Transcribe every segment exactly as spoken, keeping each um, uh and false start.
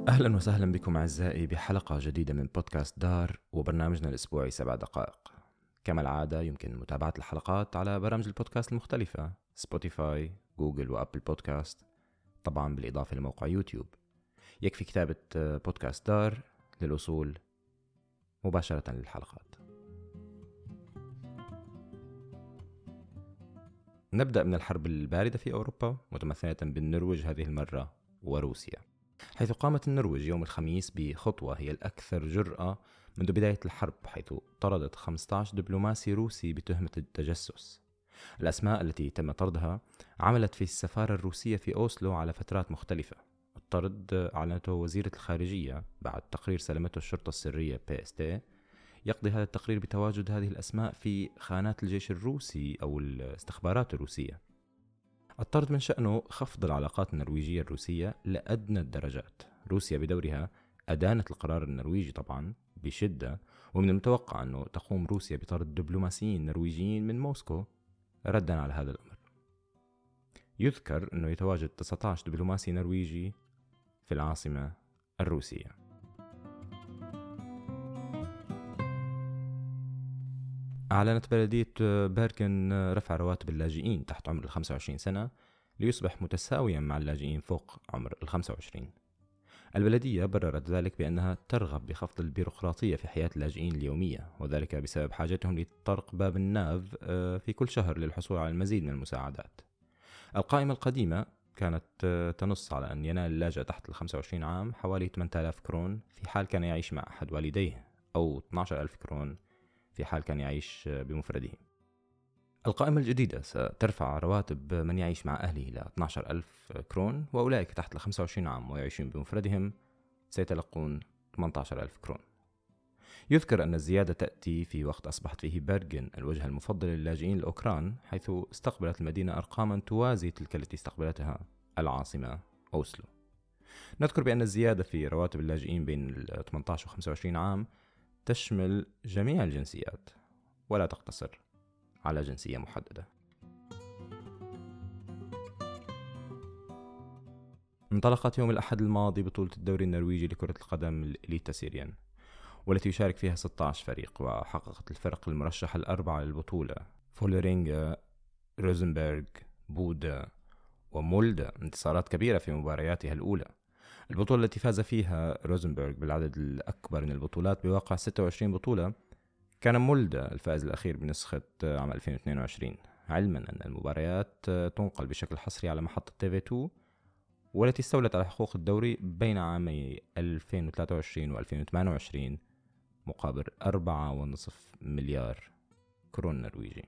أهلا وسهلا بكم أعزائي بحلقة جديدة من بودكاست دار وبرنامجنا الأسبوعي سبع دقائق. كما العادة يمكن متابعة الحلقات على برامج البودكاست المختلفة سبوتيفاي، جوجل وأبل بودكاست، طبعا بالإضافة لموقع يوتيوب. يكفي كتابة بودكاست دار للوصول مباشرة للحلقات. نبدأ من الحرب الباردة في أوروبا متمثلة بالنرويج هذه المرة وروسيا، حيث قامت النرويج يوم الخميس بخطوة هي الأكثر جرأة منذ بداية الحرب، حيث طردت خمسة عشر دبلوماسي روسي بتهمة التجسس. الأسماء التي تم طردها عملت في السفارة الروسية في أوسلو على فترات مختلفة. الطرد أعلنته وزيرة الخارجية بعد تقرير سلمته الشرطة السرية بي إس تي. يقضي هذا التقرير بتواجد هذه الأسماء في خانات الجيش الروسي أو الاستخبارات الروسية. الطرد من شأنه خفض العلاقات النرويجية الروسية لأدنى الدرجات. روسيا بدورها أدانت القرار النرويجي طبعا بشدة، ومن المتوقع أنه تقوم روسيا بطرد دبلوماسيين نرويجيين من موسكو ردا على هذا الأمر. يذكر أنه يتواجد تسعة عشر دبلوماسي نرويجي في العاصمة الروسية. أعلنت بلدية بيرغن رفع رواتب اللاجئين تحت عمر الخمسة وعشرين سنة ليصبح متساويا مع اللاجئين فوق عمر الخمسة وعشرين. البلدية بررت ذلك بأنها ترغب بخفض البيروقراطية في حياة اللاجئين اليومية، وذلك بسبب حاجتهم لطرق باب الناف في كل شهر للحصول على المزيد من المساعدات. القائمة القديمة كانت تنص على أن ينال اللاجئ تحت الخمسة وعشرين عام حوالي ثمانية آلاف كرون في حال كان يعيش مع أحد والديه، أو اثني عشر ألف كرون في حال كان يعيش بمفرده. القائمة الجديدة سترفع رواتب من يعيش مع أهله إلى اثني عشر ألف كرون، وأولئك تحت الخمسة وعشرين عام ويعيشون بمفردهم سيتلقون ثمانية عشر ألف كرون. يذكر أن الزيادة تأتي في وقت أصبحت فيه بيرغن الوجهة المفضلة للاجئين الأوكران، حيث استقبلت المدينة أرقاما توازي تلك التي استقبلتها العاصمة أوسلو. نذكر بأن الزيادة في رواتب اللاجئين بين ال ثمانية عشر و خمسة وعشرين عام تشمل جميع الجنسيات ولا تقتصر على جنسية محددة. انطلقت يوم الأحد الماضي بطولة الدوري النرويجي لكرة القدم الإليتا سيريان، والتي يشارك فيها ستة عشر فريق، وحققت الفرق المرشحة الأربعة للبطولة فولرينغا، روزنبرغ، بودا ومولدا انتصارات كبيرة في مبارياتها الأولى. البطولة التي فاز فيها روزنبرغ بالعدد الأكبر من البطولات بواقع ستة وعشرين بطولة، كان مولدا الفائز الأخير بنسخة عام ألفين واثنين وعشرين، علما أن المباريات تنقل بشكل حصري على محطة تي في اثنين، والتي استولت على حقوق الدوري بين عامي ألفين وثلاثة وعشرين و ألفين وثمانية وعشرين مقابل أربعة ونصف مليار كرون نرويجي.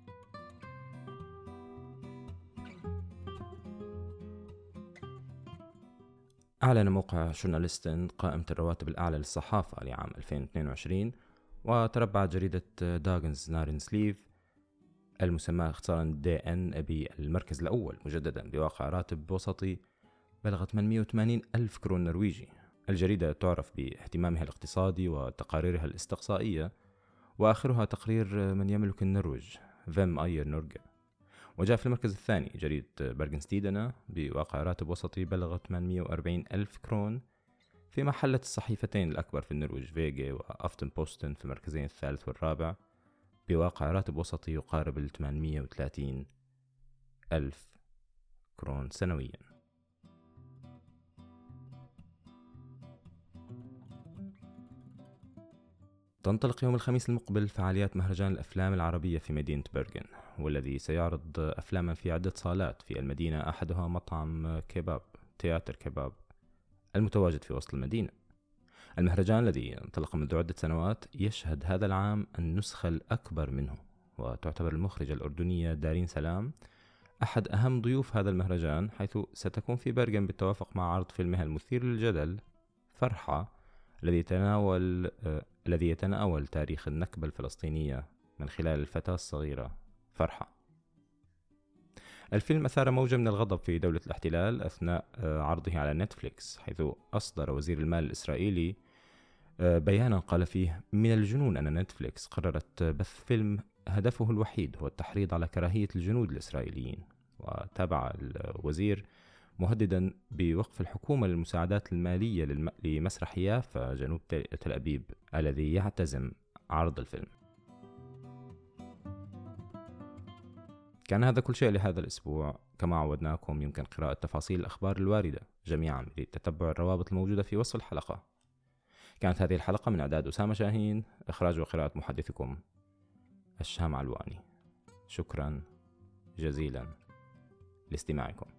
أعلن موقع جورناليستن قائمة الرواتب الأعلى للصحافة لعام ألفين واثنين وعشرين، وتربعت جريدة داغنز نارن سليف المسمى اختصارا دي ان بالمركز الأول مجددا بواقع راتب وسطي بلغ ثمانمائة وثمانين ألف كرون نرويجي. الجريدة تعرف باهتمامها الاقتصادي وتقاريرها الاستقصائية، وآخرها تقرير من يملك النرويج فيم أير نورجا. وجاء في المركز الثاني جريدة برغنستيدنا بواقع راتب وسطي بلغ ثمانمائة وأربعين ألف كرون، فيما حلت الصحيفتين الأكبر في النرويج فيجي وأفتن بوستن في المركزين الثالث والرابع بواقع راتب وسطي يقارب ثمانمائة وثلاثين ألف كرون سنويا. تنطلق يوم الخميس المقبل فعاليات مهرجان الأفلام العربية في مدينة بيرغن، والذي سيعرض أفلاما في عدة صالات في المدينة، أحدها مطعم كيباب تياتر كيباب المتواجد في وسط المدينة. المهرجان الذي انطلق منذ عدة سنوات يشهد هذا العام النسخة الأكبر منه، وتعتبر المخرجة الأردنية دارين سلام أحد أهم ضيوف هذا المهرجان، حيث ستكون في بيرغن بالتوافق مع عرض فيلمها المثير للجدل فرحة، الذي يتناول آه الذي يتناول تاريخ النكبة الفلسطينية من خلال الفتاة الصغيرة فرحة. الفيلم أثار موجة من الغضب في دولة الاحتلال أثناء آه عرضه على نتفليكس، حيث أصدر وزير المال الإسرائيلي آه بيانا قال فيه: من الجنون أن نتفليكس قررت بث فيلم هدفه الوحيد هو التحريض على كراهية الجنود الإسرائيليين. وتابع الوزير مهددا بوقف الحكومة للمساعدات المالية للم... لمسرح يافا جنوب تل أبيب الذي يعتزم عرض الفيلم. كان هذا كل شيء لهذا الأسبوع. كما عودناكم يمكن قراءة تفاصيل الأخبار الواردة جميعا لتتبع الروابط الموجودة في وصف الحلقة. كانت هذه الحلقة من إعداد أسامة شاهين، إخراج وقراءة محدثكم الشام علواني. شكرا جزيلا لاستماعكم.